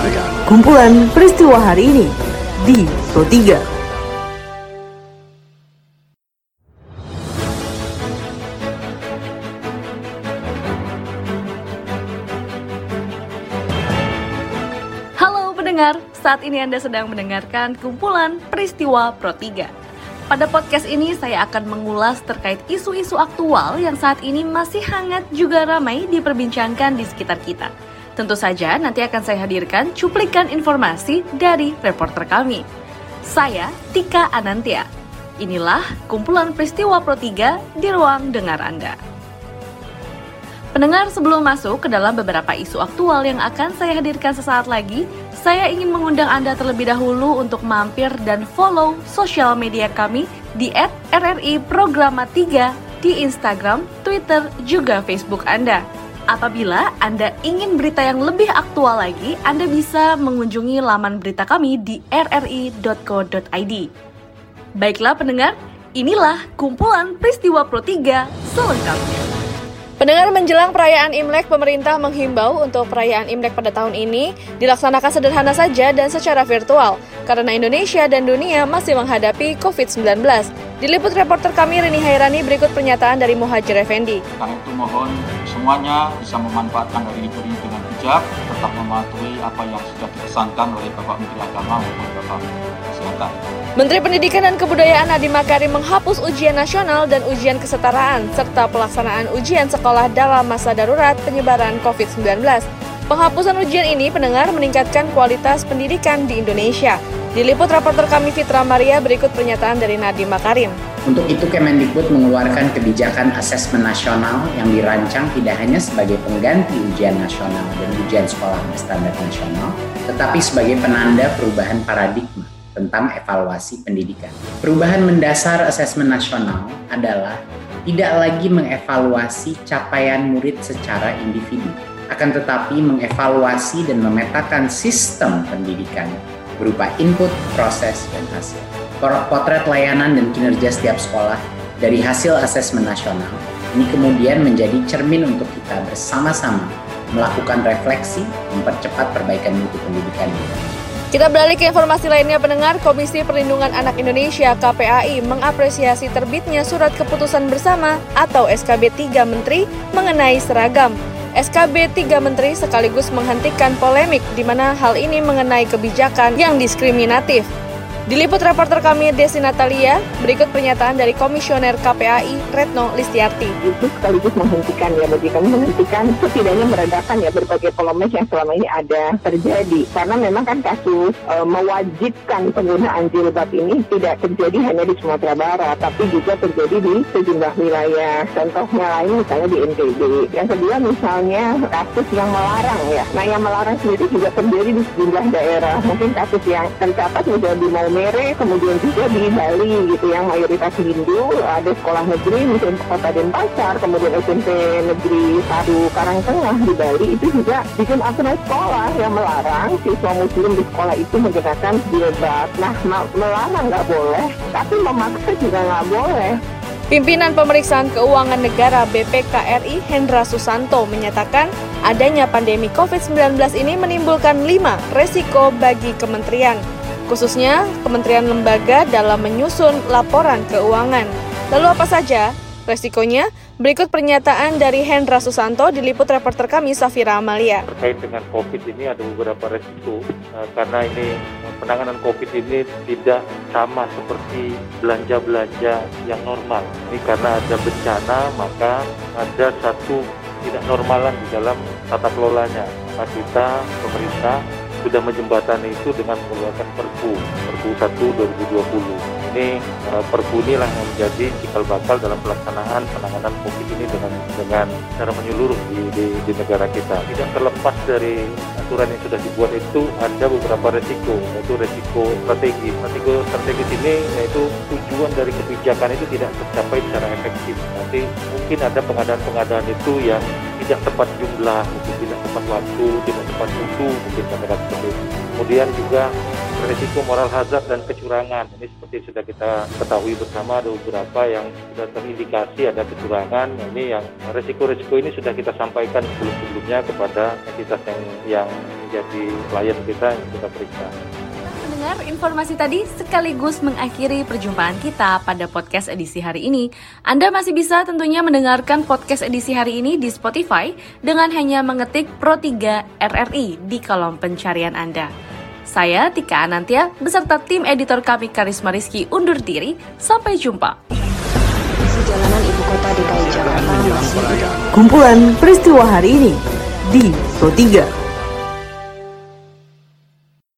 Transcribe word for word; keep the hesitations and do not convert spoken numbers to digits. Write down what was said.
mendengarkan kumpulan peristiwa hari ini di Pro tiga. Halo pendengar, saat ini Anda sedang mendengarkan kumpulan peristiwa Pro tiga. Pada podcast ini saya akan mengulas terkait isu-isu aktual yang saat ini masih hangat juga ramai diperbincangkan di sekitar kita. Tentu saja nanti akan saya hadirkan cuplikan informasi dari reporter kami. Saya Tika Anantia. Inilah kumpulan peristiwa Pro tiga di ruang dengar Anda. Pendengar, sebelum masuk ke dalam beberapa isu aktual yang akan saya hadirkan sesaat lagi, saya ingin mengundang Anda terlebih dahulu untuk mampir dan follow sosial media kami di et er er i programa tiga di Instagram, Twitter, juga Facebook Anda. Apabila Anda ingin berita yang lebih aktual lagi, Anda bisa mengunjungi laman berita kami di r r i dot co dot i d. Baiklah pendengar, inilah kumpulan peristiwa Pro tiga selengkapnya. Pendengar, menjelang perayaan Imlek, pemerintah menghimbau untuk perayaan Imlek pada tahun ini dilaksanakan sederhana saja dan secara virtual, karena Indonesia dan dunia masih menghadapi covid sembilan belas. Diliput reporter kami Rini Hairani, berikut pernyataan dari Muhajir Effendi. Karena itu mohon semuanya bisa memanfaatkan hari libur ini dengan bijak, tetap mematuhi apa yang sudah dipesankan oleh Bapak Menteri Agama maupun Bapak Kesehatan. Menteri Pendidikan dan Kebudayaan Nadiem Makarim menghapus ujian nasional dan ujian kesetaraan, serta pelaksanaan ujian sekolah dalam masa darurat penyebaran covid sembilan belas. Penghapusan ujian ini, pendengar, meningkatkan kualitas pendidikan di Indonesia. Diliput reporter kami Fitra Maria, berikut pernyataan dari Nadiem Makarim. Untuk itu Kemendikbud mengeluarkan kebijakan asesmen nasional yang dirancang tidak hanya sebagai pengganti ujian nasional dan ujian sekolah berstandar nasional, tetapi sebagai penanda perubahan paradigma tentang evaluasi pendidikan. Perubahan mendasar asesmen nasional adalah tidak lagi mengevaluasi capaian murid secara individu, akan tetapi mengevaluasi dan memetakan sistem pendidikan berupa input, proses, dan hasil. Potret layanan dan kinerja setiap sekolah dari hasil asesmen nasional ini kemudian menjadi cermin untuk kita bersama-sama melakukan refleksi, mempercepat perbaikan mutu pendidikan di Indonesia. Kita beralih ke informasi lainnya, pendengar. Komisi Perlindungan Anak Indonesia K P A I mengapresiasi terbitnya Surat Keputusan Bersama atau S K B tiga Menteri mengenai seragam. S K B tiga Menteri sekaligus menghentikan polemik di mana hal ini mengenai kebijakan yang diskriminatif. Diliput reporter kami Desi Natalia, berikut pernyataan dari Komisioner K P A I Retno Listiarti. Itu sekaligus menghentikan ya, bagi kami menghentikan setidaknya meredakan ya berbagai polemik yang selama ini ada terjadi. Karena memang kan kasus e, mewajibkan penggunaan jilbab ini tidak terjadi hanya di Sumatera Barat, tapi juga terjadi di sejumlah wilayah. Contohnya lain misalnya di N T B. Yang kedua misalnya kasus yang melarang ya. Nah yang melarang sendiri juga terjadi di sejumlah daerah. Mungkin kasus yang tercatat misalnya di Mau Mere, kemudian juga di Bali gitu yang mayoritas Hindu, ada sekolah negeri misalnya Kota Denpasar, kemudian S M P Negeri satu Karangtengah di Bali itu juga bikin aturan sekolah yang melarang siswa muslim di sekolah itu menggunakan jilbab. Nah, melarang nggak boleh, tapi memaksa juga nggak boleh. Pimpinan Pemeriksaan Keuangan Negara B P K R I Hendra Susanto menyatakan adanya pandemi covid sembilan belas ini menimbulkan lima resiko bagi kementerian, khususnya kementerian lembaga dalam menyusun laporan keuangan. Lalu apa saja resikonya? Berikut pernyataan dari Hendra Susanto, diliput reporter kami Safira Amalia. Terkait dengan COVID ini ada beberapa resiko, uh, karena ini penanganan COVID ini tidak sama seperti belanja-belanja yang normal. Ini karena ada bencana, maka ada satu tidak normalan di dalam tata kelolanya. Maka kita, pemerintah, sudah menjembatani itu dengan mengeluarkan Perpu, Perpu satu dua ribu dua puluh. Ini uh, Perpu inilah yang menjadi cikal bakal dalam pelaksanaan penanganan COVID ini dengan dengan secara menyeluruh di, di, di negara kita. Tidak terlepas dari aturan yang sudah dibuat itu ada beberapa resiko, yaitu resiko strategis. Resiko strategis ini yaitu tujuan dari kebijakan itu tidak tercapai secara efektif. Nanti mungkin ada pengadaan-pengadaan itu yang tidak tepat jumlah, mungkin tidak tepat waktu, tidak tepat mutu, mungkin katakan seperti itu. Kemudian juga risiko moral hazard dan kecurangan. Ini seperti sudah kita ketahui bersama, ada beberapa yang sudah terindikasi ada kecurangan. Ini yang risiko-risiko ini sudah kita sampaikan sebelum-sebelumnya kepada entitas yang yang menjadi klien kita yang kita periksa. Mendengar informasi tadi sekaligus mengakhiri perjumpaan kita pada podcast edisi hari ini. Anda masih bisa tentunya mendengarkan podcast edisi hari ini di Spotify dengan hanya mengetik Pro tiga R R I di kolom pencarian Anda. Saya Tika Anantia beserta tim editor kami Karisma Rizky undur diri. Sampai jumpa. Jalanan ibu kota D K I Jakarta masih Kumpulan peristiwa hari ini di Pro tiga.